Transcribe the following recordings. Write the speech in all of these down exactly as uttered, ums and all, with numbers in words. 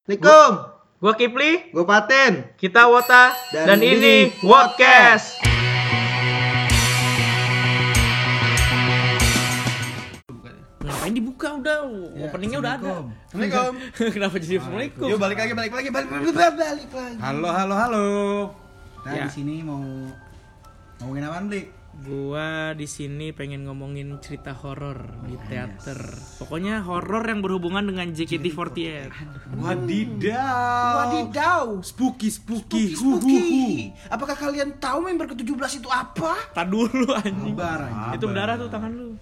Assalamualaikum. Gua Kipli, Gue Paten. kita Wota, dan, Dan ini ini Wotcast. Ngapain dibuka udah? Ya, Openingnya udah ada. Assalamualaikum. Kenapa jadi Assalamualaikum? Yuk balik lagi, balik lagi, balik, balik, balik, balik lagi. Halo, halo, halo. Nah Ya. di sini mau ngomongin apaan, Bli? Gua di sini pengen ngomongin cerita horor di teater. Pokoknya horor yang berhubungan dengan J K T empat delapan. Wadidaw. Wadidaw. Spooky, spooky. Spooky, spooky. Apakah kalian tahu member ke tujuh belas itu apa? Tak dulu anjing. Sabar, anjing. Itu berdarah tuh tangan lu.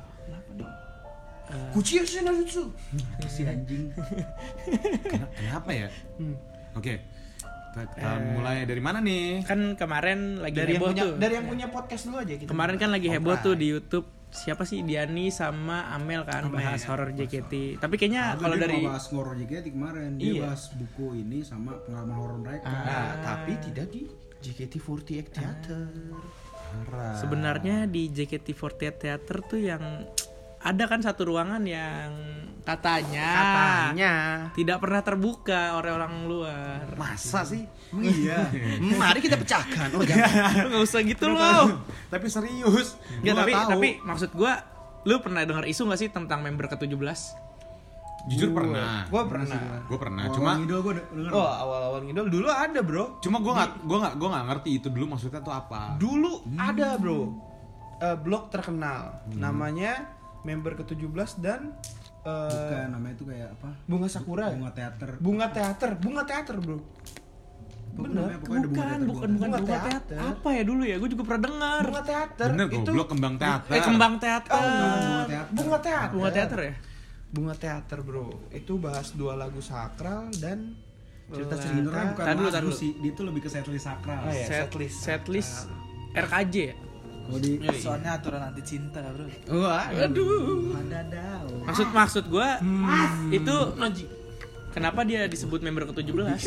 Kuci sih Naruto. Si anjing. Kenapa ya? Oke. Kita, kita mulai dari mana nih? Kan kemarin lagi Dari yang heboh punya tuh. dari yang punya podcast dulu aja kita. Kemarin kan lagi heboh Alright. tuh di YouTube. Siapa sih Diani sama Amel kan Amel. bahas horor J K T. Tapi kayaknya Kalau kalau dia dari mau bahas horor J K T kemarin, dia Iya. bahas buku ini sama pengalaman horor mereka. Ah. Nah, tapi tidak di J K T empat delapan Theater. sebenarnya di J K T empat delapan Theater tuh yang ada kan satu ruangan yang katanya Katanya. tidak pernah terbuka oleh orang luar. Masa sih? Iya. Mari kita pecahkan. Oh, jangan. Lu nggak usah gitu loh. Tapi serius. Nggak, Gua tapi nggak tahu. tapi maksud gua, lu pernah dengar isu nggak sih tentang member ke tujuh belas? jujur pernah. Gua pernah. Gue pernah. Awal Cuma ngidol gue denger. Oh, awal-awal ngidol dulu ada, Bro. cuma gue nggak gue nggak gue nggak ngerti itu dulu maksudnya tuh apa. Dulu ada bro, Eh, blog terkenal, namanya member ke tujuh belas dan eh, Bukan, namanya itu kayak apa? Bunga Sakura. Bunga teater. Bunga teater, bunga teater bro. Apa bener. namanya? Pokoknya ada bunga Bukan, teater, bukan, bunga bukan Bunga bunga teater. teater. Apa ya dulu ya? Gue juga pernah dengar. Bunga teater Bener itu goblok kembang teater. Eh kembang teater. Oh, bunga teater. bunga teater. Bunga teater ya? Bunga teater bro. Itu bahas dua lagu sakral dan Cerita Lah. sebenarnya bukan Tar dulu, tar lagu dulu. sih, dia tuh lebih ke setlist sakral. Oh, iya. Set, setlist. setlist R K J ya? Kalau di Soalnya aturan anti cinta bro. Wah, Aduh. Wadaw. Maksud maksud gue itu kenapa dia disebut member ke tujuh belas?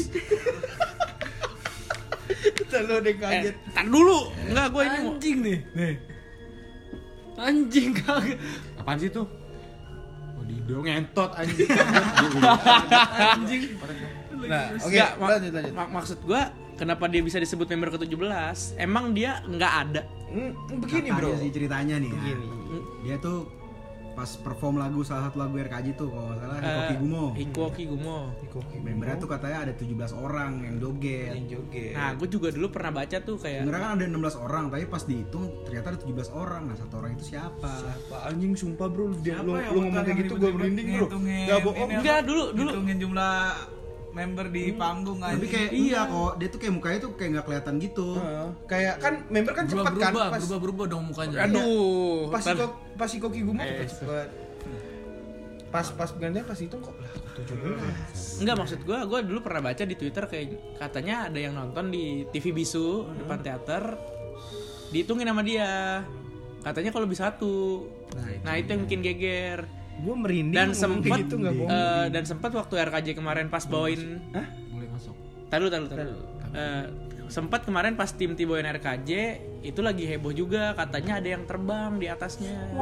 Terlalu deh kaget. Eh, tar dulu. Enggak, gue ini mau Anjing nih. Nih. Anjing kagak. Apaan sih tuh? Oh dido ngentot anjing. Anjing. Nah, oke, Nggak, mak- lanjut lanjut. mak- maksud gue kenapa dia bisa disebut member ke tujuh belas? Emang dia nggak ada. Hmm, begini Katanya bro. sih ceritanya nih. ya. Begini. Dia tuh pas perform lagu salah satu lagu R K J tuh kalau nggak salah Hikoki Eh, Gumo. Hikoki Gumo. Membernya tuh katanya ada tujuh belas orang yang joget. Yang joget. Nah, gue juga dulu pernah baca tuh kayak Sebenarnya kan ada enam belas orang, tapi pas dihitung ternyata ada tujuh belas orang. Nah, satu orang itu siapa? Pak anjing sumpah bro, dia Siapa lu, yang lu ngomong kayak gitu gue merinding bro. Gak bohong. Enggak, dulu dulu Hitungin jumlah member di panggung aja. Tapi kayak iya kok, dia tuh kayak mukanya tuh kayak nggak kelihatan gitu. Heeh. Kayak kan member kan berubah cepet kan berubah, pas berubah berubah dong mukanya. aduh. pas Ntar- Iko pas Iko Kigumo Eh, cepet cepet. Pas pas gantian pas itu kok lah tujuh belas. Enggak, maksud gue, gue dulu pernah baca di Twitter kayak katanya ada yang nonton di T V Bisu depan teater, dihitungin sama dia, katanya kalau bisa satu. Nah itu yang bikin geger. Gue merinding Dan ngomong sempat kayak gitu nggak bohong. eh, dan sempat waktu R K J kemarin pas bawain, Boleh masuk. taruh taruh taruh. Eh, sempat kemarin pas tim tim bawain R K J itu lagi heboh juga, katanya ada yang terbang di atasnya.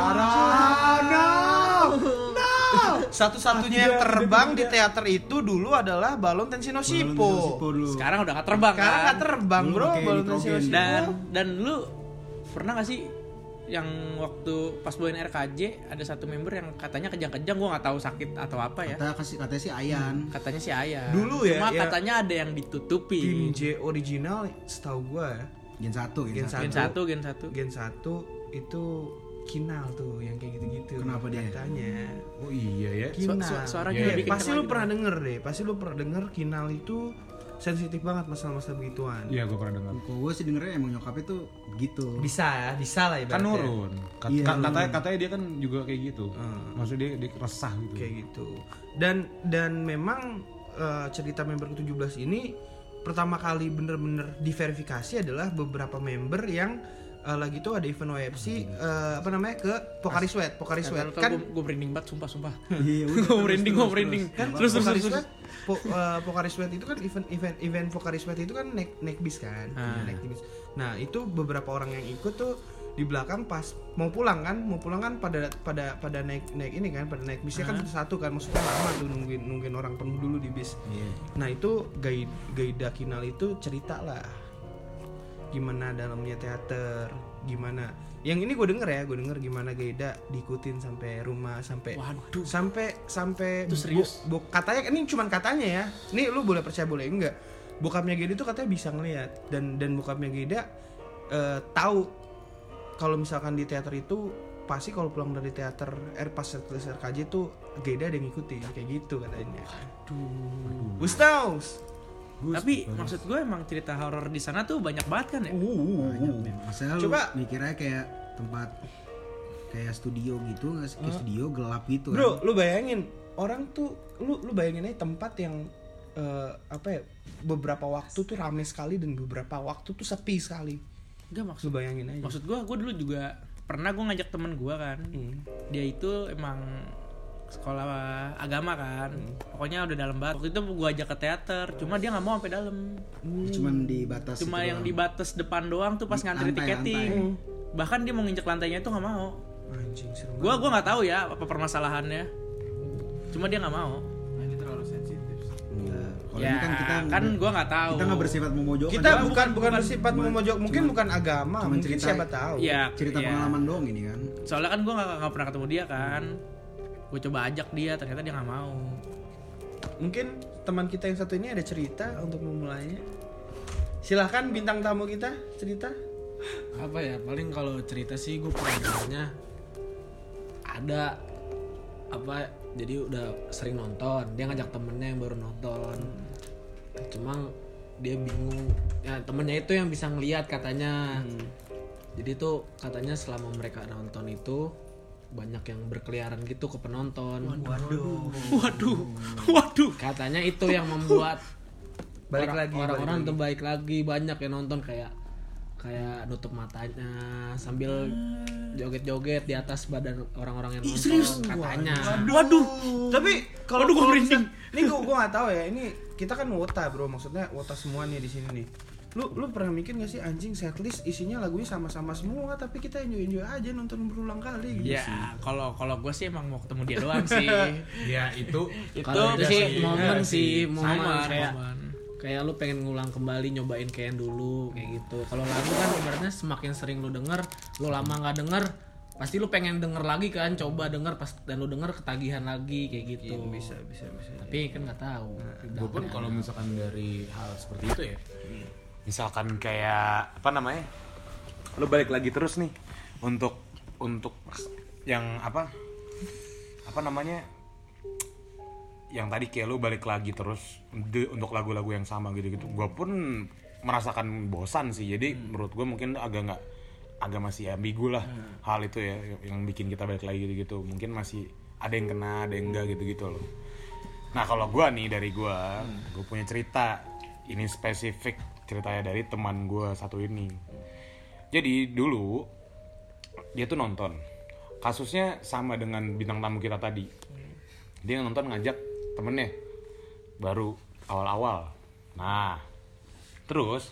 Satu-satunya yang terbang di teater itu dulu adalah balon Tensino Balon Shippo. Shippo dulu. Sekarang udah gak terbang Sekarang kan? nggak terbang Dulu bro pakai balon nitrogen. Tensino Shippo. dan dan lu pernah gak sih yang waktu pas bawain R K J ada satu member yang katanya kejang-kejang, gua nggak tahu sakit atau apa ya, Kata kasih katanya sih Ayan. katanya si Ayah Dulu ya, cuma ya. katanya ada yang ditutupi. Tim J original setahu gue ya. Gen satu, gen, Gen satu. gen satu gen satu Gen satu itu Kinal tuh yang kayak gitu-gitu. Kenapa dia? Katanya. Oh iya ya. Su- Kinal. su- suaranya Iya, lebih pasti kencang lu lagi. pernah denger deh. Pasti lu pernah denger Kinal itu sensitif banget masalah-masalah begituan. Iya gue pernah dengar. Kalau gue sih dengernya emang nyokapnya tuh gitu. Bisa ya, bisa lah Kan ibaratnya. nurun. Kat- Iya, kat- nurun. katanya katanya dia kan juga kayak gitu. Hmm. Maksudnya dia, dia resah gitu. Kayak gitu. Dan dan memang eh, cerita member ke tujuh belas ini pertama kali bener-bener diverifikasi adalah beberapa member yang eh, lagi tuh ada event O F C eh, apa namanya ke Pocari Sweat, Pocari Sweat kan gue merinding banget sumpah sumpah. Iya, udah, Gue terus, merinding, terus, gue merinding. terus. kan Terus terus Pocari terus. Sweat Po, eh, Pocari Sweat itu kan event event event Pocari Sweat itu kan naik naik bis kan, Ah. naik bis. Nah itu beberapa orang yang ikut tuh di belakang pas mau pulang kan, mau pulang kan pada pada pada naik naik ini kan, pada naik bisnya kan satu-satu kan, maksudnya lama tuh nungguin nungguin orang penuh dulu di bis. Iya. Nah itu Gai Gaida Kinal itu cerita lah gimana dalamnya teater, gimana. Yang ini gue denger ya, gue denger gimana Gaida diikutin sampai rumah, sampai Waduh. sampai sampai Itu serius? bu- bu- katanya ini cuman katanya ya. Ini lu boleh percaya boleh enggak. Bokapnya Gaida tuh katanya bisa ngelihat dan dan bokapnya Gaida eh, tahu kalau misalkan di teater itu pasti kalau pulang dari teater er pas setelah R K J tuh Gaida ada yang ngikutin kayak gitu katanya. Aduh. Gustaus. Tapi maksud gue emang cerita horor di sana tuh banyak banget kan ya. Banyak, men. Masalah lu Coba- mikirnya kayak tempat kayak studio gitu nggak sih? Kayak studio gelap gitu Bro, kan. lu bayangin orang tuh lu lu bayangin aja tempat yang eh, apa ya beberapa waktu tuh rame sekali dan beberapa waktu tuh sepi sekali. Enggak Lu maksud bayangin aja. maksud gue, gue dulu juga pernah gue ngajak temen gue kan. Hmm. Dia itu emang sekolah agama kan. Pokoknya udah dalam banget. Waktu itu gue ajak ke teater, cuma dia nggak mau sampai dalam. Cuman di batas Cuma itu yang doang. di batas depan doang tuh pas ngantri Lantai, tiketing. lantai. Bahkan dia mau nginjek lantainya tuh nggak mau. Anjing serem. Gua gua nggak tahu ya apa permasalahannya. Cuma dia nggak mau. Ini terlalu sensitif. Enggak. Kalau Ya ini kan kita kan gua nggak tahu. kita nggak bersifat memojokkan. Kita Cuma bukan bukan bukan- bersifat bukan- memojok, mungkin cuman- bukan agama, cuman mungkin cerita- siapa tahu. Ya, cerita ya. pengalaman doang ini kan. Soalnya kan gua nggak nggak pernah ketemu dia kan. Gue coba ajak dia, ternyata dia nggak mau. Mungkin teman kita yang satu ini ada cerita untuk memulainya. Silahkan bintang tamu kita cerita. Apa ya, paling kalau cerita sih gue pernahnya ada apa, jadi udah sering nonton, dia ngajak temennya yang baru nonton, cuma dia bingung ya, temennya itu yang bisa ngelihat katanya. Jadi tuh katanya selama mereka nonton itu banyak yang berkeliaran gitu ke penonton. Waduh. Waduh, waduh. Katanya itu yang membuat Balik orang- lagi, orang-orang balik tuh baik lagi, banyak yang nonton kayak kayak nutup matanya sambil joget-joget di atas badan orang-orang yang nonton katanya. Waduh. Tapi kalau Waduh, gua kalau merinding. misal- Ini gue gue nggak tahu ya. Ini kita kan wota bro, maksudnya wota semua nih di sini nih. Lu lu pernah mikir gak sih anjing setlist isinya lagunya sama-sama semua tapi kita enjoy enjoy aja nonton berulang kali gitu. Ya, kalau kalau gue sih emang mau ketemu dia doang sih. Ya itu Itu Kalau itu sih sih, momen iya sih, sih. momen Sama, kayak momen. kayak lu pengen ngulang kembali nyobain kayak yang dulu kayak gitu. Kalau lagu kan ibaratnya semakin sering lu denger, lu lama nggak denger, pasti lu pengen denger lagi kan, coba denger pas dan lu denger ketagihan lagi kayak gitu. Bisa bisa bisa. Tapi kan nggak tahu. gue pun kalau misalkan dari hal seperti itu ya, misalkan kayak apa namanya, lo balik lagi terus nih untuk untuk yang apa apa namanya yang tadi kayak lo balik lagi terus di- untuk lagu-lagu yang sama gitu-gitu, gue pun merasakan bosan sih. Jadi menurut gue mungkin agak nggak agak masih ambigu lah hal itu ya yang bikin kita balik lagi gitu-gitu. Mungkin masih ada yang kena, ada yang enggak gitu-gitu loh. Nah kalau gue nih dari gue, gue punya cerita. Ini spesifik ceritanya dari teman gue satu ini. Jadi dulu dia tuh nonton. Kasusnya sama dengan bintang tamu kita tadi. Dia nonton ngajak temennya baru awal-awal. Nah terus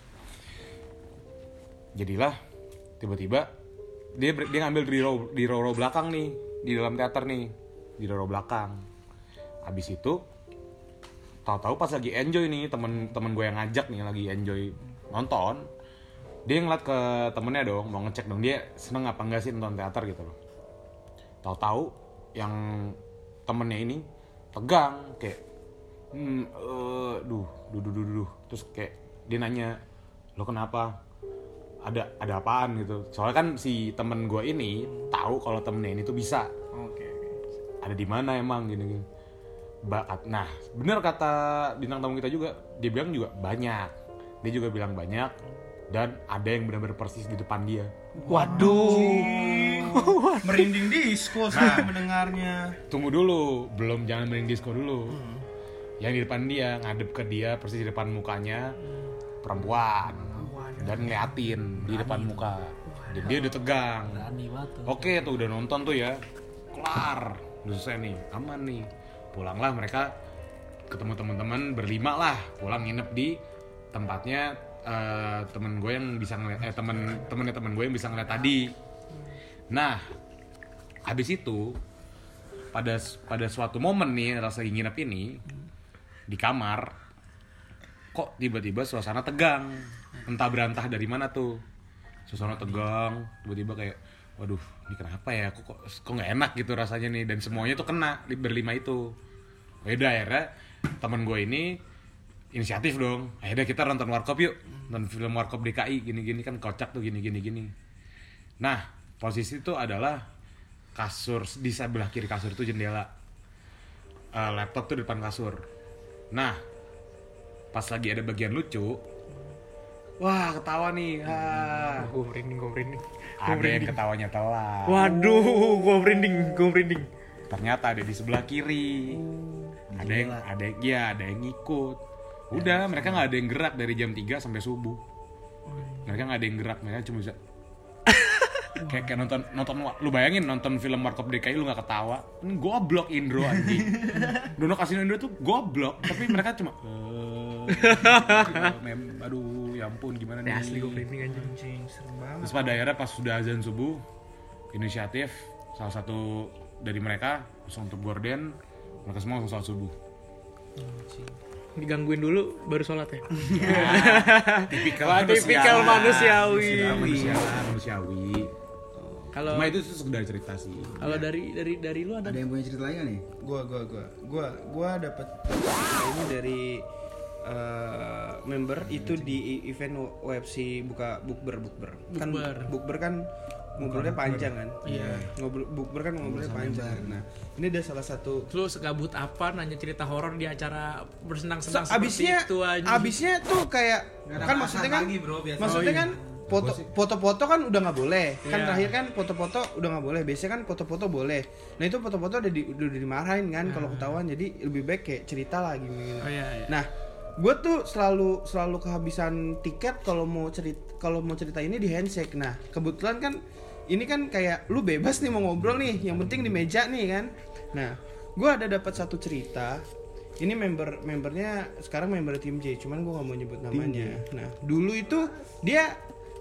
jadilah tiba-tiba dia ber- dia ngambil di row di row, row belakang nih di dalam teater nih, di row belakang. Abis itu tahu-tahu pas lagi enjoy nih, temen-temen gue yang ngajak nih lagi enjoy nonton, dia ngeliat ke temennya dong, mau ngecek dong dia seneng apa enggak sih nonton teater gitu loh. Tahu-tahu yang temennya ini tegang kayak hmm uh, duh duh duh duh duh terus kayak dia nanya, lo kenapa, ada ada apaan gitu. Soalnya kan si temen gue ini tahu kalau temennya ini tuh bisa. Oke. Ada di mana emang gini-gini. Bakat. Nah, bener kata bintang tamu kita juga, dia bilang juga banyak. Dia juga bilang banyak dan ada yang benar-benar persis di depan dia. Waduh. Merinding disco saya mendengarnya. Tunggu dulu, belum, jangan main disco dulu. Yang di depan dia, ngadep ke dia persis di depan mukanya perempuan dan ngeliatin di depan muka. Dan dia udah tegang. Berani banget tuh. Oke tuh udah nonton tuh ya, kelar, udah selesai nih, aman nih. Pulanglah mereka ketemu teman-teman berlima lah, pulang nginep di tempatnya uh, temen gue yang bisa ngeliat, eh temen temennya temen gue yang bisa ngeliat tadi. Nah, habis itu pada pada suatu momen nih rasa nginep ini di kamar, kok tiba-tiba suasana tegang, entah berantah dari mana tuh, suasana tegang, tiba-tiba kayak, waduh, ini kenapa ya, kok kok kok nggak enak gitu rasanya nih, dan semuanya tuh kena di berlima itu. Beda akhirnya teman gue ini inisiatif dong, akhirnya kita nonton Warkop yuk, nonton film Warkop D K I gini-gini kan kocak tuh gini-gini gini. Nah, posisi itu adalah kasur di sebelah kiri kasur itu jendela, uh, laptop tuh di depan kasur. Nah, pas lagi ada bagian lucu, wah ketawa nih, ha. Gue merinding, gue merinding. Ada yang ketawanya telat. Waduh, gue merinding, gue merinding. Ternyata ada di sebelah kiri. Ada yang, ada yang, ya ada yang ngikut. Udah, mereka nggak ada yang gerak dari jam tiga sampai subuh. Mereka nggak ada yang gerak, mereka cuma bisa kayak, kayak nonton nonton lu bayangin nonton film Warkop D K I lu nggak ketawa, ini goblok Indro anjing. Dono Kasino Indro tuh goblok, tapi mereka cuma uh, mem, aduh ya ampun gimana nih. Asli gue merinding anjing. Serem banget. Terus pada akhirnya pas sudah azan subuh, inisiatif salah satu dari mereka langsung untuk gorden, mereka semua langsung sholat subuh. Digangguin dulu baru sholat ya. Tipikal Wah, tipikal manusiawi. Manusia, manusiawi. Kalau Cuma itu tuh sekedar cerita sih. kalau dari dari dari lu ada Ada yang punya cerita lain nggak nih? Gua gua gua gua gua dapat ini dari uh, member itu di event W F C buka bukber bukber. Kan Bukber. bukber kan ngobrolnya panjang kan? Iya. Ngobrol bukber kan ngobrolnya panjang. Nah, ini ada salah satu lu segabut apa nanya cerita horor di acara bersenang-senang So, abisnya, seperti itu aja. abisnya tuh kayak Nggak ada kan pasar maksudnya kan, lagi, bro, biasa. maksudnya Oh, iya. kan foto foto-foto kan udah nggak boleh, kan Iya. terakhir kan foto-foto udah nggak boleh, biasanya kan foto-foto boleh. Nah itu foto-foto udah, di, udah dimarahin kan kalau ketahuan, jadi lebih baik kayak cerita lah gini. Oh iya, iya. Nah, gue tuh selalu selalu kehabisan tiket kalau mau cerita kalau mau cerita ini di handshake. Nah kebetulan kan ini kan kayak lu bebas nih mau ngobrol nih, yang penting di meja nih kan. Nah, gue ada dapat satu cerita. Ini member membernya sekarang member tim J, cuman gue nggak mau nyebut namanya. Nah, dulu itu dia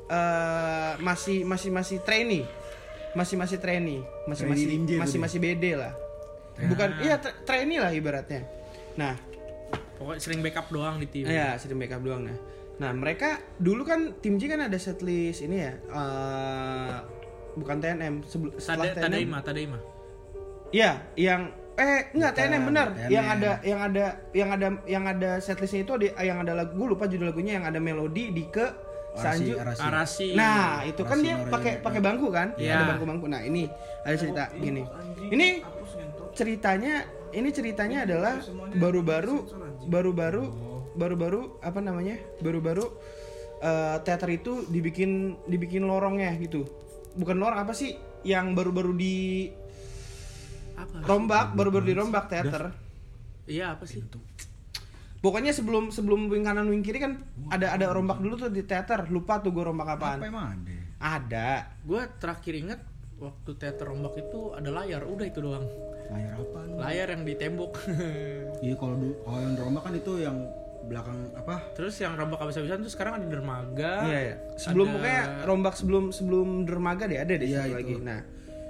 uh, masih masih masih trainee, masih masih trainee, masih Trainee masih tim J masih tuh masih B D lah. Bukan, iya tra- trainee lah ibaratnya. Nah, Pokoknya sering backup doang di tim. iya sering backup doang. Nah, nah mereka dulu kan tim J kan ada setlist ini ya, uh, bukan T N M sebelum setelah Tada, T N M. Tadaima, Tadaima. Iya, yang eh enggak T N M benar. T N M. Yang ada yang ada yang ada yang ada setlistnya itu ada yang ada lagu, gue lupa judul lagunya, yang ada melodi di ke Sanju. Arasi. Arasi. Nah, itu kan Arasi dia Norenya. pakai pakai bangku kan? Iya. Ada bangku-bangku. Nah, ini ada cerita gini. Ini ceritanya ini ceritanya adalah baru-baru baru-baru baru-baru apa namanya? Baru-baru eh, teater itu dibikin dibikin lorongnya gitu. Bukan lorong apa sih? Yang baru-baru di Apa? rombak, baru-baru dirombak teater. Iya, apa sih? Pokoknya sebelum sebelum wing kanan wing kiri kan ada ada rombak dulu tuh di teater. Lupa tuh gue rombak apaan. Apa emang ada? Ada. Gue terakhir inget waktu teater rombak itu ada layar, udah itu doang. Layar apa? Layar yang di tembok. Iya kalau du- kalau yang rombak kan itu yang belakang apa? Terus yang rombak habis-habisan tuh sekarang ada dermaga. Iya, iya. Sebelum ada- pokoknya rombak sebelum sebelum dermaga deh ada deh Iya, satu itu. lagi. Nah,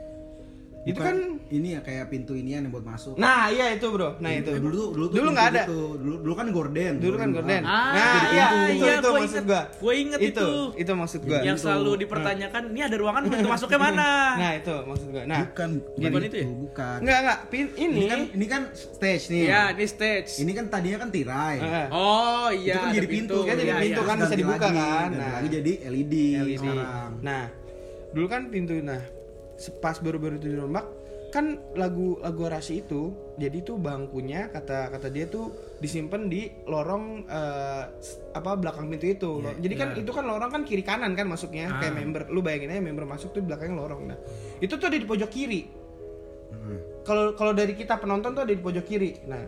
itu Bukan kan ini ya kayak pintu inian yang buat masuk. nah iya itu bro. Nah itu. dulu tuh dulu tuh Dulu pintu nggak ada. gitu. Dulu dulu kan gorden. Dulu kan gorden. Ah, nah jadi iya pintu. itu Iya, itu gua maksud inget. gua. Gua inget itu. Itu itu maksud gua. Yang selalu dipertanyakan, ini ada ruangan pintu masuknya mana? Nah itu maksud gua. Nah Bukan, Bukan itu ya? Bukan. enggak enggak pin ini. Ini kan ini kan stage nih. Iya, di stage. Ini kan tadinya kan tirai. Heeh. Oh iya, Itu kan ada jadi pintu, kan jadi Iya, pintu iya. kan. bisa Ganti dibuka lagi, kan? ganti Nah. lagi jadi L E D, L E D. sekarang. Nah, dulu kan pintu nah se- pas baru-baru itu dirombak kan lagu lagu Arasi itu, jadi tuh bangkunya kata kata dia tuh disimpan di lorong eh, s- apa belakang pintu itu. Lo- jadi kan itu kan lorong kan kiri kanan kan masuknya kayak member. Lu bayangin aja member masuk tuh di belakangnya lorong. Nah, itu tuh ada di pojok kiri. Kalau kalau dari kita penonton tuh ada di pojok kiri. Nah,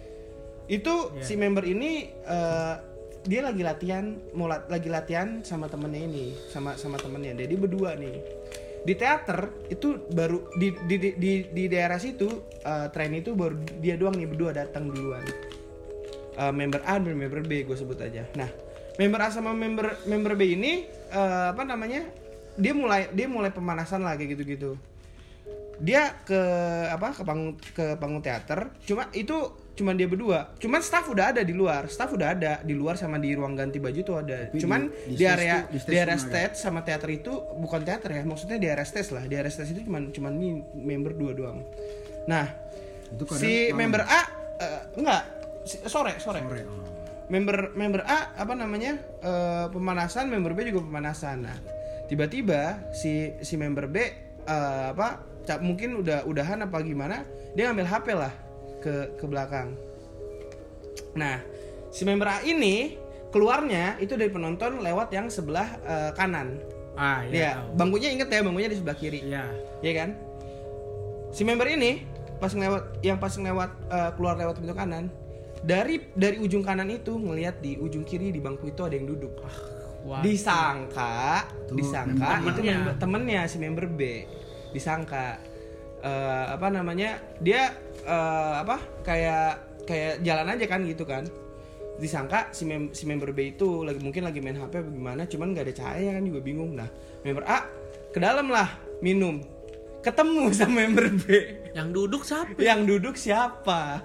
itu si member ini eh, dia lagi latihan mau lat- lagi latihan sama temennya ini sama sama temennya jadi berdua nih di teater itu baru di di di di, di daerah situ eh, tren itu baru dia doang nih berdua datang duluan. Eh, member A dan member B gue sebut aja. Nah member A sama member member B ini eh, apa namanya dia mulai dia mulai pemanasan lah kayak gitu-gitu. Dia ke apa ke panggung ke panggung teater, cuma itu cuman dia berdua. Cuman staff udah ada di luar, staff udah ada di luar sama di ruang ganti baju tuh ada. Tapi Cuman di- di, di area stage tuh- di stage di area cuma ada. stage sama teater itu bukan teater ya, maksudnya di area stage lah. Di area stage itu cuman cuman mi- member dua doang. Nah, Itu kadang si malam. member A eh, enggak si- sore sore. Sore, oh. Member member A apa namanya eh, pemanasan, member B juga pemanasan. Nah, tiba-tiba si si member B eh, apa ca- mungkin udah udahan apa gimana, dia ngambil H P lah ke ke belakang. Nah, si member A ini keluarnya itu dari penonton lewat yang sebelah eh, kanan. Ah, Dia iya. tahu. bangkunya inget ya, bangkunya di sebelah kiri. Iya. Iya kan? Si member ini pas ngelewat yang pas ngelewat eh, keluar lewat pintu kanan, dari dari ujung kanan itu ngelihat di ujung kiri di bangku itu ada yang duduk. Wah. Disangka, Tuh, disangka member itu A. member, temennya si member B. Disangka eh, apa namanya? Dia eh, apa? Kayak kayak jalan aja kan gitu kan. Disangka si mem- si member B itu lagi mungkin lagi main H P apa gimana, cuman nggak ada cahaya kan, juga bingung. Nah, member A ke dalam lah minum. Ketemu sama member B. Yang duduk siapa? Yang duduk siapa?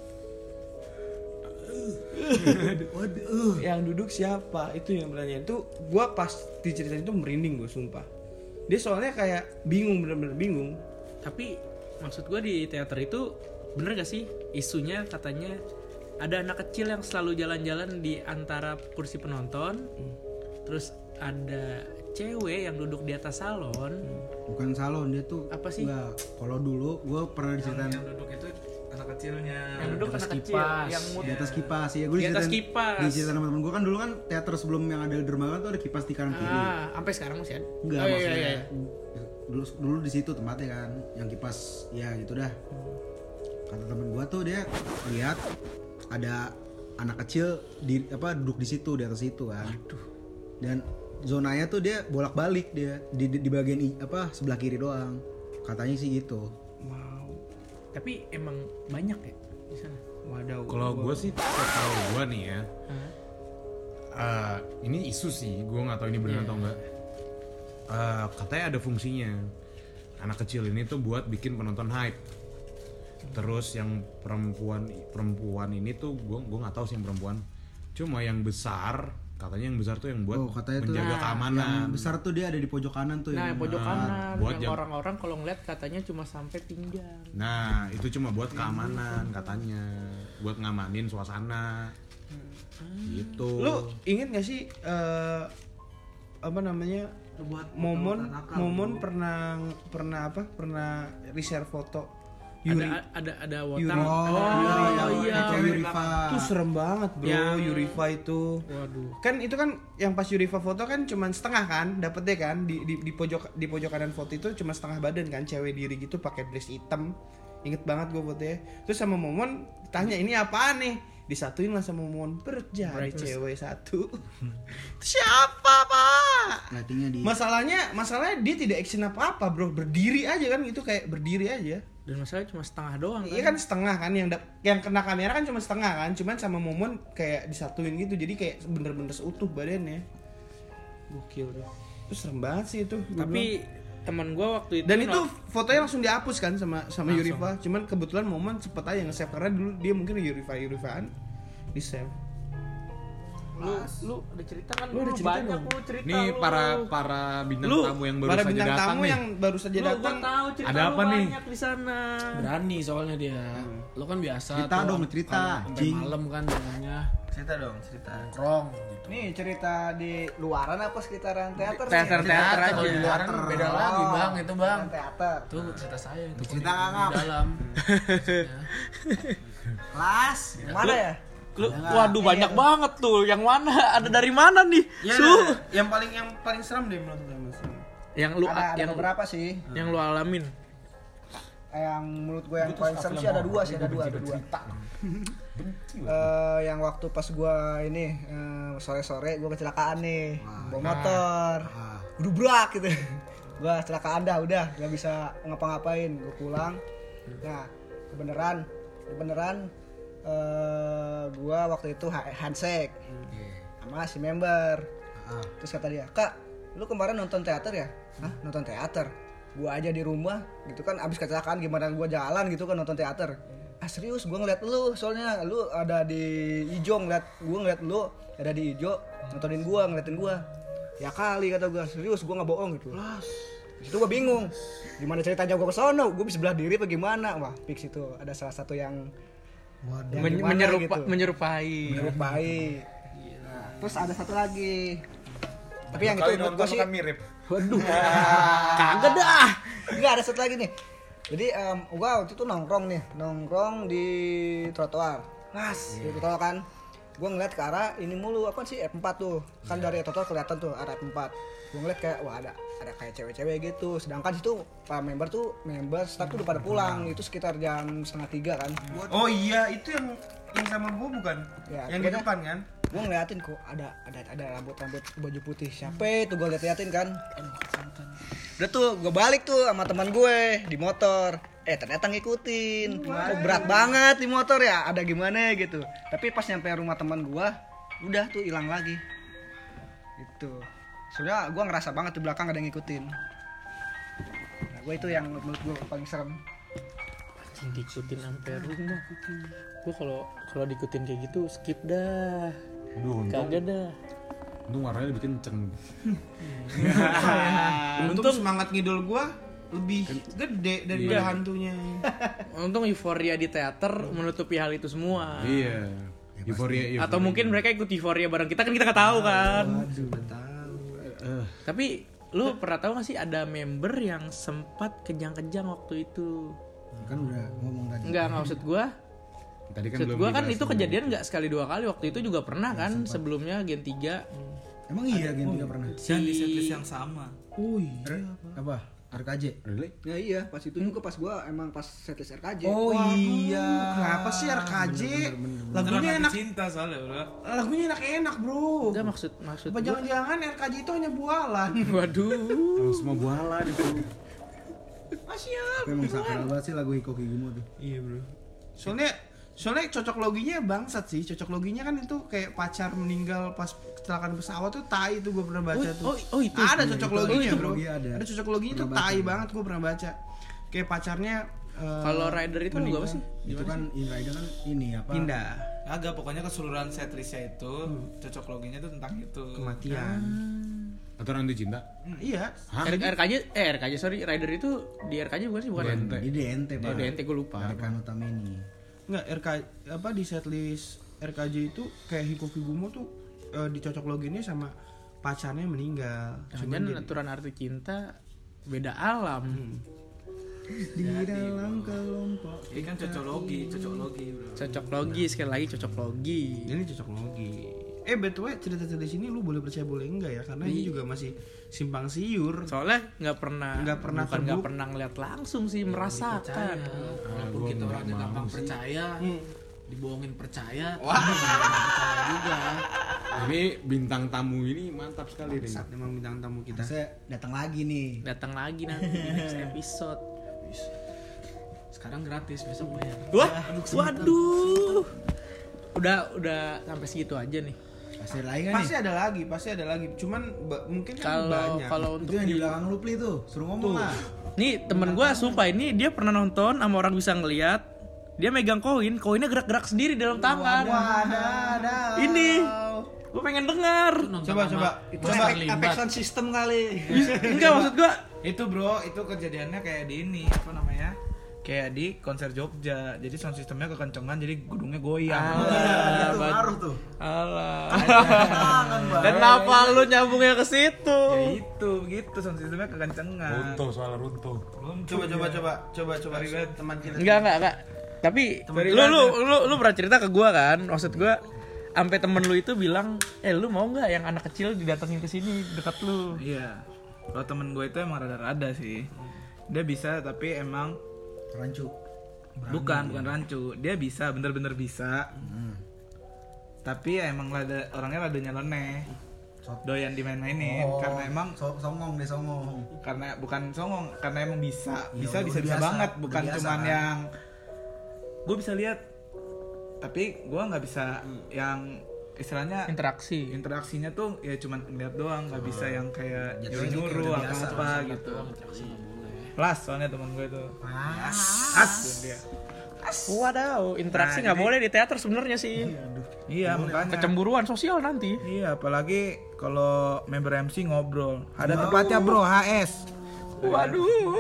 Yang duduk siapa? Itu yang bertanya. Itu gua pas diceritain itu merinding gue sumpah. Dia soalnya kayak bingung, bener-bener bingung. Tapi maksud gue di teater itu bener gak sih isunya katanya ada anak kecil yang selalu jalan-jalan di antara kursi penonton, terus ada cewek yang duduk di atas salon. Bukan salon, dia tuh Apa sih? Enggak. Kalau dulu gue pernah diceritain Yang duduk itu anak kecilnya. Yang duduk di atas anak kecil kipas. yang di mut- atas kipas ya. Gue Di atas kipas. Diceritain sama temen gue kan dulu kan teater sebelum yang ada dermaga tuh ada kipas di kanan kiri. Ah, sampai sekarang masih ada. Enggak, Oh, iya, maksudnya iya, iya. dulu dulu di situ tempatnya kan, yang kipas ya gitu dah. Kata temen gua tuh dia lihat ada anak kecil di apa duduk di situ di atas itu kan. Dan zonanya tuh dia bolak-balik dia di, di, di bagian i- apa sebelah kiri doang. Katanya sih gitu. Mau. Tapi emang banyak ya di sana. Waduh. Kalau gue sih tahu gue nih ya. Hah? eh, ini isu sih, gue nggak tahu ini benar atau enggak. Eh, katanya ada fungsinya. Anak kecil ini tuh buat bikin penonton hype. Terus yang perempuan perempuan ini tuh gue gue nggak tahu sih yang perempuan. Cuma yang besar, katanya yang besar tuh yang buat Oh, katanya tuh menjaga Nah, keamanan. Yang besar tuh dia ada di pojok kanan tuh Nah, yang pojok kanan buat yang jam- orang-orang kalau ngeliat katanya cuma sampai pinggang. Nah, itu cuma buat keamanan katanya, buat ngamanin suasana. Gitu. Lu inget gak sih eh, apa namanya? Momon Momon pernah pernah apa? Pernah reshare foto Yuri. Ada ada ada Yuri. wotang. Oh, iya, iya, iya. Kayak Yurifa. Itu serem banget bro, Yang- Yurifa itu. Waduh. Kan itu kan yang pas Yurifa foto kan cuman setengah kan, dapetnya kan di, di di pojok di pojok kanan foto itu cuma setengah badan kan, cewek diri gitu pakai dress hitam. Inget banget gue fotonya. Terus sama Momon tanya ini apaan nih? Disatuin lah sama Momon, berjadi Breakfast. cewek satu. Itu siapa pak? Lightingnya di Masalahnya masalahnya dia tidak action apa apa bro, berdiri aja kan gitu, kayak berdiri aja. Dan masalahnya cuma setengah doang kan. Iya kan setengah kan, yang dap- yang kena kamera kan cuma setengah kan, cuman sama Momon kayak disatuin gitu, jadi kayak bener-bener seutuh badannya. Gokil deh. Itu serem banget sih itu. gua bilang. Tapi teman gua waktu itu dan itu no- fotonya langsung dihapus kan sama sama Langsung. Yurifa, cuman kebetulan Momon cepet aja nge-save karena dulu dia mungkin Yurifa Yurifaan di save. lu lu ada cerita kan? Lu ada cerita banyak dong. lu cerita. Nih lu. para para bintang Lu tamu yang baru para saja bintang datang tamu nih. yang baru saja Lu, gua datang. tahu cerita Ada lu apa nih? banyak di sana. Berani soalnya dia. Lo kan biasa Cerita tuh, dong, cerita, kalau sampai Jing. malam kan dengannya Cerita dong, cerita. nongkrong gitu. Nih cerita di luaran apa sekitaran teater? nih? Teater teater aja. Kalau di luar kan beda lagi bang, itu bang. Sekitaran teater. Tuh cerita saya itu. Cerita kalau di- ngangap. di dalam. Kelas, mana ya? Lu, Ada nggak? waduh Iya, banyak tuh. banget tuh. Yang mana? Ada dari mana nih? Ya, Su. yang paling yang paling seram deh menurut gue Mas. Yang lu Ada, ada yang beberapa sih. yang lu alamin. Yang menurut gue yang paling seram sih ada dua sih, ada dua, ada dua. Eh, yang waktu pas gue ini eh, sore-sore gue kecelakaan nih, bawa motor, dubrak gitu. Gue kecelakaan dah, udah nggak bisa ngapa-ngapain. Gue pulang. Nah, kebenaran, kebenaran eh gue waktu itu ha- handshake sama si member. Terus kata dia, kak lu kemarin nonton teater ya? Hah, nonton teater? Gua aja di rumah gitu kan abis kecelakaan gimana gua jalan gitu kan nonton teater. Ah serius gua ngeliat lu soalnya lu ada di Ijo ngeliat gua ngeliat lu ada di Ijo nontonin gua ngeliatin gua. Ya kali kata gua serius gua nggak bohong gitu. Di situ gua bingung. Gimana ceritanya gua ke sono? Gua bisa belah diri apa gimana? Wah, fix itu ada salah satu yang yang Men- gimana menyerupa, gitu. menyerupai. menyerupai. Nah, terus ada satu lagi. Tapi yang Kali itu menurut nonton gua sih kan mirip. waduh. Kagak dah. Enggak ada satu lagi nih. Jadi um, gua waktu itu nongkrong nih, nongkrong di trotoar. Mas, yeah. Gitu kan. Gua ngeliat ke arah ini mulu apa sih F empat tuh. Kan dari trotoar kelihatan tuh arah F empat. Gua ngeliat kayak wah ada ada kayak cewek-cewek gitu. Sedangkan situ para member tuh member staff tuh udah pada pulang. Itu sekitar jam setengah tiga kan. Oh iya, itu yang yang sama gua bukan? Ya, yang di pokoknya- depan kan? Gue ngeliatin kok ada ada ada rambut-rambut baju putih siapa itu gue liat-liatin kan udah tuh gue balik tuh sama teman gue di motor eh ternyata ngikutin oh, berat banget di motor ya ada gimana gitu tapi pas nyampe rumah teman gue udah tuh hilang lagi itu soalnya gue ngerasa banget di belakang ada yang ngikutin nah gue itu yang menurut gue paling serem Diikutin sampai rumah. Gue kalau kalau diikutin kayak gitu skip dah. Aduh, untung, Kagak dah. untung warnanya lebih kenceng. Untung semangat ngidol gua lebih gede daripada Iya. hantunya. Untung euforia di teater menutupi hal itu semua. Iya. Euforia, euforia. Atau mungkin mereka ikut euforia bareng kita kan kita nggak tahu kan. Eh, Tapi lu pernah tahu gak sih ada member yang sempat kejang-kejang waktu itu? Kan udah ngomong tadi. Enggak, nggak maksud gua. tadi kan Maksud belum gua kan dibahas itu dulu. kejadian nggak sekali dua kali. Waktu itu juga pernah kan sebelumnya Gen tiga. Emang iya Gen tiga pernah. Dan di setlist yang sama. Oh iya. R- apa? R K J. Really? ya iya pas itu juga pas gue emang pas setlist R K J Oh iya. Kenapa sih R K J? Lagunya Beneran enak. cinta soalnya bro. Lagunya enak-enak, Bro. Enggak maksud maksud Apa gua. jangan-jangan R K J itu hanya bualan? Waduh. Emang semua bualan itu. Tapi emang sakral banget sih lagu Hiko Kigumo tuh. Iya, Bro. Soalnya soalnya cocok loginya bangsat sih. Cocok loginya kan itu kayak pacar meninggal pas kecelakaan pesawat tuh tai itu gue pernah baca Oh, tuh. oh, oh, itu. Ada Iya, cocok itu- loginya, itu Bro. logi ada. Ada cocok loginya tuh Pernah tai baca. banget gue pernah baca. Kayak pacarnya eh, Kalau rider itu meninggal. apa sih? Itu kan In Rider kan ini apa? Pindah Agak pokoknya keseluruhan setlistnya itu cocok loginya tuh tentang itu. kematian. Atau nanti cinta? Hmm, iya. Hah? R- RKJ eh RKJ sorry rider itu di R K J bukan sih bukan ya? Bukan. Ini D N T Oh, Pak. D N T gue lupa. Rekan Utameni. Enggak R K apa di setlist R K J itu kayak Hiko Kigumo tuh eh, dicocok loginnya sama pacarnya meninggal. Cuman Jangan jadi- aturan arti cinta beda alam. Di dalam kelompok. Ini kan cocok logi, cocok logi bro. Cocok logi sekali lagi cocok logi. Ini cocok logi. Eh betul cerita-cerita di sini lu boleh percaya boleh enggak ya karena ini juga masih simpang siur. Soalnya nggak pernah Nggak pernah bukan nggak terbuk- pernah ngeliat langsung sih merasakan. Walaupun kita orangnya gampang percaya, dibohongin percaya, Wah. percaya juga. Ini bintang tamu ini mantap sekali nih. Saat memang bintang tamu kita. Saya datang lagi nih. Datang lagi nanti di next episode. Sekarang gratis, besok bayar. Wah, waduh. Udah udah sampai segitu aja nih. Pasti ada lagi kan Pasti nih? ada lagi, pasti ada lagi. Cuman ba- mungkin kan Kalau banyak. kalau Itu untuk yang di di- belakang lu Pli tuh. Suruh ngomong lah. nih temen gue sumpah ini dia pernah nonton sama orang bisa ngeliat dia megang koin, koinnya gerak-gerak sendiri dalam tangan. ada ada. Ini gue pengen dengar. Coba coba. itu Coba. efek, efek sound system kali Enggak maksud gue. Itu bro, itu kejadiannya kayak di ini apa namanya? Kayak di konser Jogja. Jadi sound systemnya kekencengan, jadi gedungnya goyang. Ah, Itu ngaruh tuh. Alah. Kenapa lu nyambungnya ke situ? Ya itu, begitu sound systemnya kekencengan. Runtuh soal runtuh. Coba coba coba coba coba teman kita. Enggak enggak enggak. Tapi lu lu lu lu pernah cerita ke gua kan? Maksud gua sampai temen lu itu bilang, "Eh, lu mau nggak yang anak kecil didatengin ke sini dekat lu?" Iya. Kalau temen gue itu emang rada-rada sih. Dia bisa tapi emang Rancu. bukan bukan rancu. Dia bisa, bener-bener bisa. Tapi ya emang rada, orangnya rada nyeleneh. Doyan dimain-mainin Oh, karena emang so- songong deh songong. karena bukan songong, karena emang bisa. Iya, Bisa udah bisa bisa biasa, banget, udah bukan biasa cuman kan. yang gue bisa lihat tapi gue nggak bisa yang istilahnya Interaksi. interaksinya tuh ya cuman ngeliat doang, nggak bisa yang kayak Jatuhnya kayak nyuruh-nyuruh udah apa biasa, apa gitu. Interaksi nggak boleh. Las soalnya teman gue tuh. As dia. Wadaw, interaksi Nah, nggak jadi- boleh di teater sebenarnya sih. Iya makanya. Kecemburuan sosial nanti. Iya apalagi kalau member M C ngobrol. Ada tempatnya bro, H S. Waduh.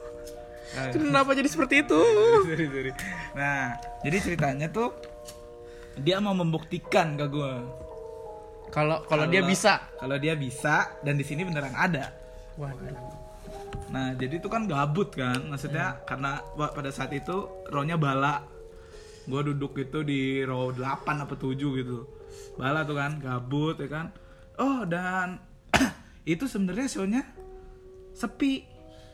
Kenapa jadi seperti itu? Sorry, sorry. Nah, jadi ceritanya tuh dia mau membuktikan ke gue Kalau kalau dia bisa. kalau dia bisa dan di sini beneran ada. Waduh. Nah, jadi itu kan gabut kan, maksudnya karena wa- pada saat itu row-nya bala. Gue duduk itu di row delapan apa tujuh gitu. Bala tuh kan, gabut ya kan. Oh, dan itu sebenarnya show-nya sepi.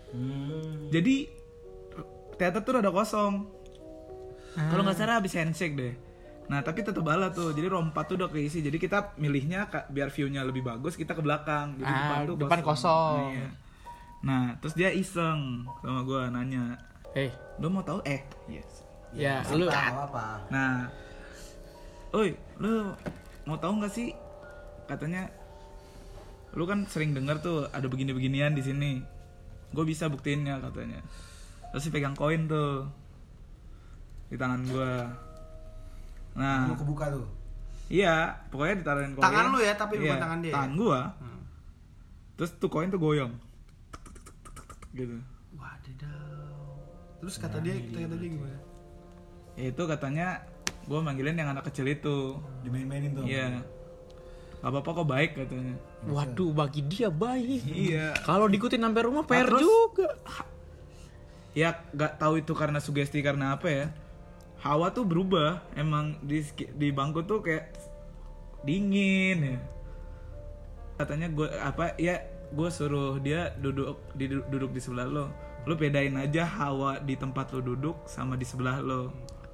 Jadi teater tuh udah kosong. Kalau nggak salah habis handshake deh. Nah, tapi tetap bala tuh. Jadi row empat tuh udah keisi. Jadi kita milihnya ka- biar view-nya lebih bagus, kita ke belakang. Jadi Ah, tuh depan kosong. Nah, iya. Nah, terus dia iseng sama gue nanya, Eh, lo mau tahu? Eh, yes. ya lu Tahu apa? Nah, oi, lo mau tahu nggak sih? Katanya, lu kan sering dengar tuh ada begini-beginian di sini. Gue bisa buktiinnya katanya. Terus dia pegang koin tuh di tangan gue. Nah, Mau kebuka tuh. iya, pokoknya ditaruhin koin. Tangan lu ya, tapi bukan Iya, tangan dia ya? Tangan gue. Terus tuh koin tuh goyang. Gitu. Wadidaw. Terus kata dia, kita kata dia gimana? Ya itu katanya gue manggilin yang anak kecil itu. Dimain-mainin tuh. Iya. Gak apa-apa kok baik katanya. waduh bagi dia baik. Iya. Kalau diikutin sampai rumah P R terus- juga. Ya gak tahu itu karena sugesti karena apa ya. Hawa tuh berubah. Emang di di bangku tuh kayak dingin ya. Katanya gue apa ya gue suruh dia duduk di duduk di sebelah lo. Lo bedain aja hawa di tempat lo duduk sama di sebelah lo.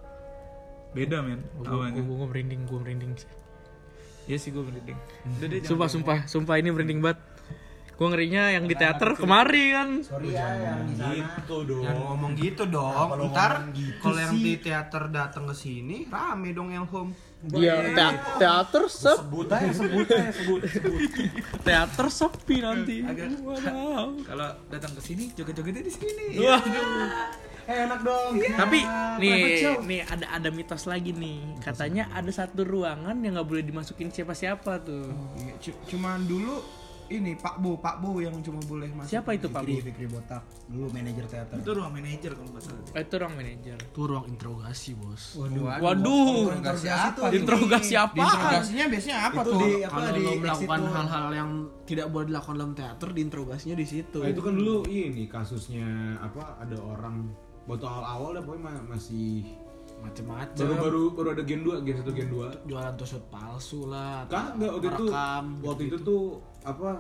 Beda men Gue hawanya. gue merinding, gue merinding sih. Iya sih gue merinding. Udah deh, jangan Sumpah, ngomong. sumpah, sumpah ini merinding banget. Gue ngerinya yang di teater kemari kan. Sorry ya yang di sana. Gitu dong. Jangan ngomong gitu dong. kalau Ntar ngomong gitu kalau yang sih. di teater datang ke sini rame dong yang home. Dia te- teater sep, Sebut aja, sebut aja, sebut, sebut. teater sepi nanti. Agak- Waduh. Kalau datang ke sini joget-jogetnya di sini. Waduh. Enak dong. Tapi nih, private show. nih ada ada mitos lagi nih. Katanya ada satu ruangan yang nggak boleh dimasukin siapa-siapa tuh. Iya, cu- cuman dulu ini Pak Bu, Pak Bu yang cuma boleh masuk. Siapa itu Pak Bu? Fikri, Fikri Botak. Dulu manajer teater. Itu ruang manajer kalau nggak salah. Oh, itu ruang manajer. Itu ruang interogasi, Bos. Waduh. Interogasi apa? Interogasi apa? Di interogasinya biasanya apa Itu tuh? di apa Kalau di lo exit melakukan tuh. hal-hal yang tidak boleh dilakukan dalam teater, diinterogasinya di situ. Nah, itu kan dulu ini kasusnya apa ada orang waktu awal-awal dah pokoknya ma- masih macem-macem. baru-baru baru ada gen dua, gen satu, gen dua. Jualan tusuk palsu lah. atau Kagak waktu itu merekam, waktu itu gitu-gitu. tuh apa?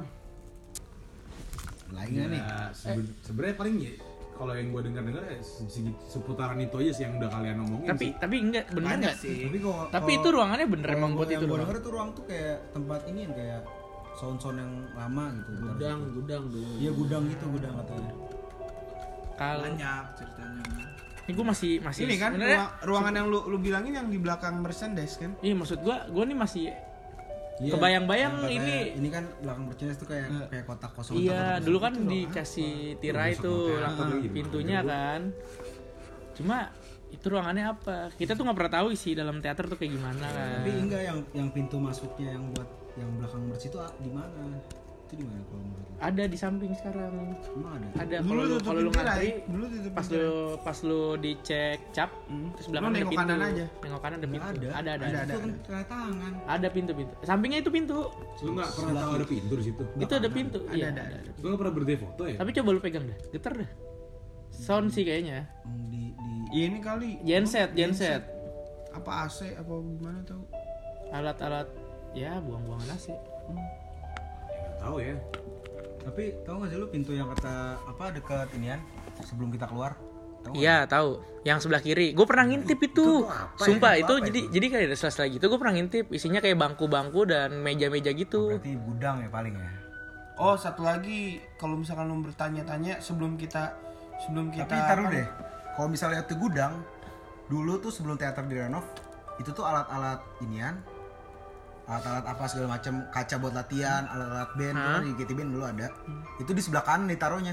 Lainnya nih. Ya, sebe- sebenarnya paling ya kalau yang gue dengar-dengar ya se- se- seputaran itu aja sih yang udah kalian ngomongin Tapi sih. tapi enggak bener Banyak enggak sih. Tapi kok Tapi itu ruangannya bener emang buat itu Gue doang. denger tuh ruang tuh kayak tempat ini yang kayak sound-sound yang lama gitu. Gudang, gudang dulu. Iya gudang gitu gudang katanya. Kalau Banyak ceritanya. ini gue masih masih Ini kan sebenarnya ruang- ruangan yang lu lu bilangin yang di belakang merchandise kan? iya maksud gue gue nih masih Iya, kebayang-bayang yang katanya- ini- ini kan belakang merchandise tuh kayak kayak kotak kosong. iya kotak dulu kosong kan gitu loh. dikasih tirai tuh lapor pintunya kan. Cuma itu ruangannya apa? Kita tuh nggak pernah tahu isi dalam teater tuh kayak gimana kan. Tapi enggak yang yang pintu masuknya yang buat yang belakang merch itu ah, di mana? Itu di mana kalau menurut lu? Ada di samping sekarang. Emang ada? Ada Dulu kalau lu tutupin kalau lu tirai, ngantri dulu tutupin pas tirai. lu pas lu dicek cap terus belakang Lu ada nengok pintu. kanan aja. Nengok kanan ada Nggak pintu. ada. Ada ada. Ada, Ada, Itu kan tanda tangan. ada pintu-pintu. Sampingnya itu pintu. Lu nggak pernah tahu ada pintu di situ. Itu ada pintu. Ada, Iya, ada, ada. ada. Lu nggak pernah berdiri foto ya? Tapi coba lu pegang dah. Getar dah. Sound sih kayaknya. Yang di di Iya ini kali. Genset, genset. Apa A C apa gimana tahu? Alat-alat ya buang-buangan A C. Nggak tahu ya. Tapi tahu nggak sih lu pintu yang kata apa dekat inian sebelum kita keluar? Tahu nggak? Iya tahu. Yang sebelah kiri. Gue pernah ngintip itu. tuh apa ya? Sumpah Itu itu, apa jadi itu? jadi kayak ada sela-sela gitu. Gue pernah ngintip. Isinya kayak bangku-bangku dan meja-meja gitu. Berarti gudang ya paling ya. Oh satu lagi kalau misalkan lu bertanya-tanya sebelum kita sebelum kita Tapi taruh apa- deh. Kalau misalnya itu gudang, dulu tuh sebelum teater direnov, itu tuh alat-alat inian alat-alat apa segala macam, kaca buat latihan, alat-alat band itu kan di G T band dulu ada. Itu di sebelah kanan ditaruhnya.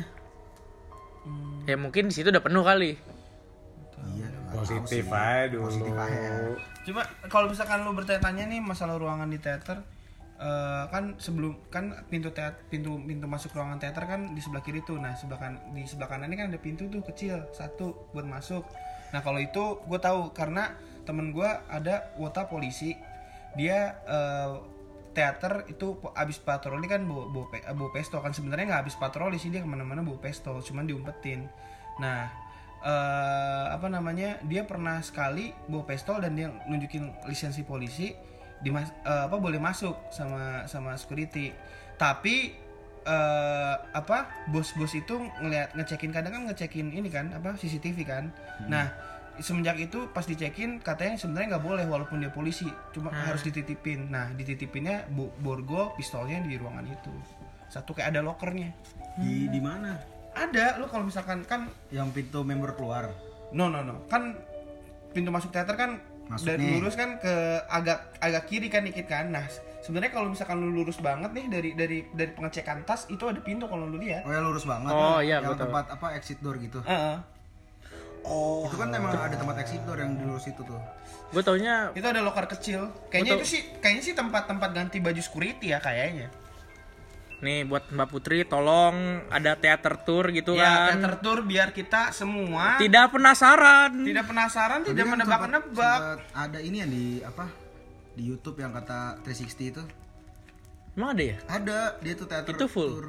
Ya mungkin di situ udah penuh kali. Iya, nggak tahu Positif sih. aja dulu. Positif aja. Coba kalau misalkan lu bertanya-tanya nih masalah ruangan di teater, eh, kan sebelum kan pintu teater, pintu pintu masuk ruangan teater kan di sebelah kiri tuh. Nah sebelah kan di sebelah kanan ini kan ada pintu tuh kecil satu buat masuk. Nah kalau itu gue tahu karena temen gue ada wota polisi, dia eh, teater itu po- abis patroli kan bawa, bawa, pe- bawa pesto kan, sebenarnya nggak abis patroli sih, dia kemana-mana bawa pesto, cuman diumpetin. Nah eh, apa namanya, dia pernah sekali bawa pistol dan dia nunjukin lisensi polisi, dimas eh, apa boleh masuk sama sama security, tapi eh, apa bos-bos itu ngeliat ngecekin, kadang kan ngecekin ini kan apa C C T V kan. Nah semenjak itu pas dicekin katanya sebenarnya nggak boleh walaupun dia polisi, cuma harus dititipin. Nah dititipinnya bo- borgo pistolnya di ruangan itu satu, kayak ada lokernya. Di di mana? Ada, lu kalau misalkan kan Yang pintu member keluar. no no no kan pintu masuk teater kan Masuk dari nih. lurus kan ke agak agak kiri kan dikit kan. Nah sebenarnya kalau misalkan lu lurus banget nih dari dari dari pengecekan tas itu ada pintu kalau lu lihat. Oh ya lurus banget. Oh, ya. iya, Yang betul. tempat apa exit door gitu. Heeh. Oh. Itu kan emang ada tempat exit door yang di lurus itu tuh. Gue taunya Itu ada loker kecil. Kayaknya Betul. itu sih kayaknya sih tempat-tempat ganti baju security ya kayaknya. nih buat Mbak Putri tolong ada teater tour gitu Ya, kan. teater tour biar kita semua Tidak penasaran. tidak penasaran, Tapi tidak kan menebak-nebak. sempat- sempat ada ini yang di apa? Di YouTube yang kata tiga enam nol itu. Emang ada ya? Ada, dia tuh teater Itu full? tour.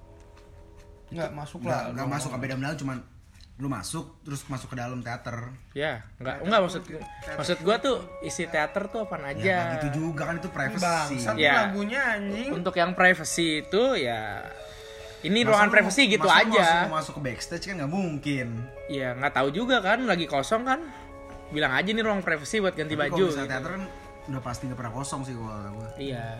Nggak masuk Nggak, lah. nggak masuk sampai dalam-dalam, cuman lu masuk terus masuk ke dalam teater. Ya, enggak enggak maksud maksud gua tuh isi teater tuh apaan Ya aja. nggak gitu juga kan, itu privacy. Bangsat Ya. lagunya anjing. Untuk yang privacy itu ya ini Masa ruangan lu privacy mau- gitu masa lu aja. Masuk, masuk ke backstage kan nggak mungkin. Ya nggak tahu juga kan, lagi kosong kan. Bilang aja nih ruang privacy buat ganti Tapi baju. kalau misalnya gitu. teater kan udah pasti nggak pernah kosong sih gua. gua. Iya.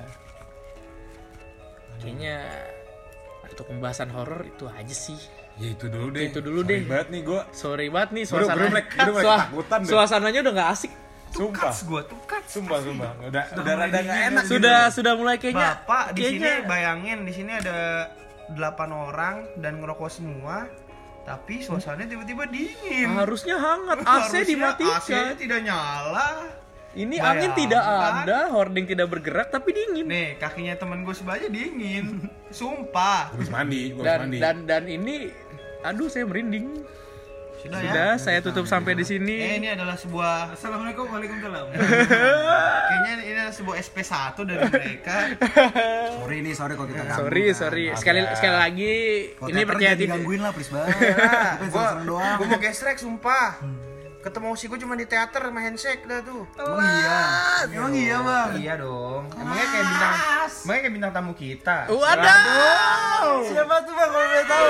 Kayaknya untuk pembahasan horor itu aja sih. Ya itu dulu deh. Itu dulu Sorry deh. banget nih gua. Sorry banget nih Bro, bro, suasana. mulai- bro, mulai Sua- ketakutan deh. suasananya udah nggak asik. Sumpah. Cuts gua tuh cuts. Sumpah, sumpah. Udah udah rada nggak enak. Sudah sudah mulai kayaknya. Bapak di sini kayaknya bayangin di sini ada delapan orang dan ngerokok semua, tapi suasananya tiba-tiba dingin. harusnya hangat. A C Harusnya dimatikan. A C-nya tidak nyala. Ini Bayangkan. angin tidak ada, hording tidak bergerak tapi dingin. Nih kakinya temen gue sebelah aja dingin. Sumpah. Gua habis mandi, gua habis Dan mandi. dan dan ini aduh saya merinding. Sudah, Sudah, ya. saya tutup sampai di Eh sini. ini adalah sebuah Assalamualaikum waalaikumsalam. kayaknya ini adalah sebuah S P satu dari mereka. Sorry nih, sorry kalau kita ganggu. Sorry, kan. sorry. Sekali sekali lagi Kalau ini teater percaya jangan tidak. digangguin lah, please banget. Nah, Kita gua, seneng doang. gua mau gesrek sumpah. Ketemu si gue cuma di teater sama handshake dah tuh. Emang iya. Emang iya, Bang. Iya dong. Emangnya kayak bintang, emangnya kayak bintang tamu kita. Waduh. Siapa tuh Bang kalau boleh tahu?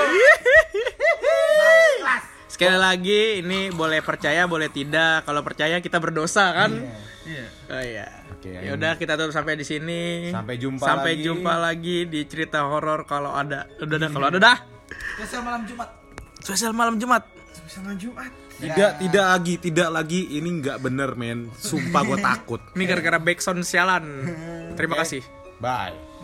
Sekali lagi ini boleh percaya boleh tidak. Kalau percaya kita berdosa kan? Iya. Oh iya. Oke, Ya udah kita tutup sampai di sini. Sampai jumpa Sampai lagi. jumpa lagi di cerita horor kalau ada. Udah dah kalau ada dah. Spesial malam Jumat. Spesial malam Jumat. Sama Jumat. Tidak, tidak lagi, tidak lagi. Ini nggak bener, men. Sumpah gua takut. Ini gara-gara backsound sialan. Terima kasih. Bye.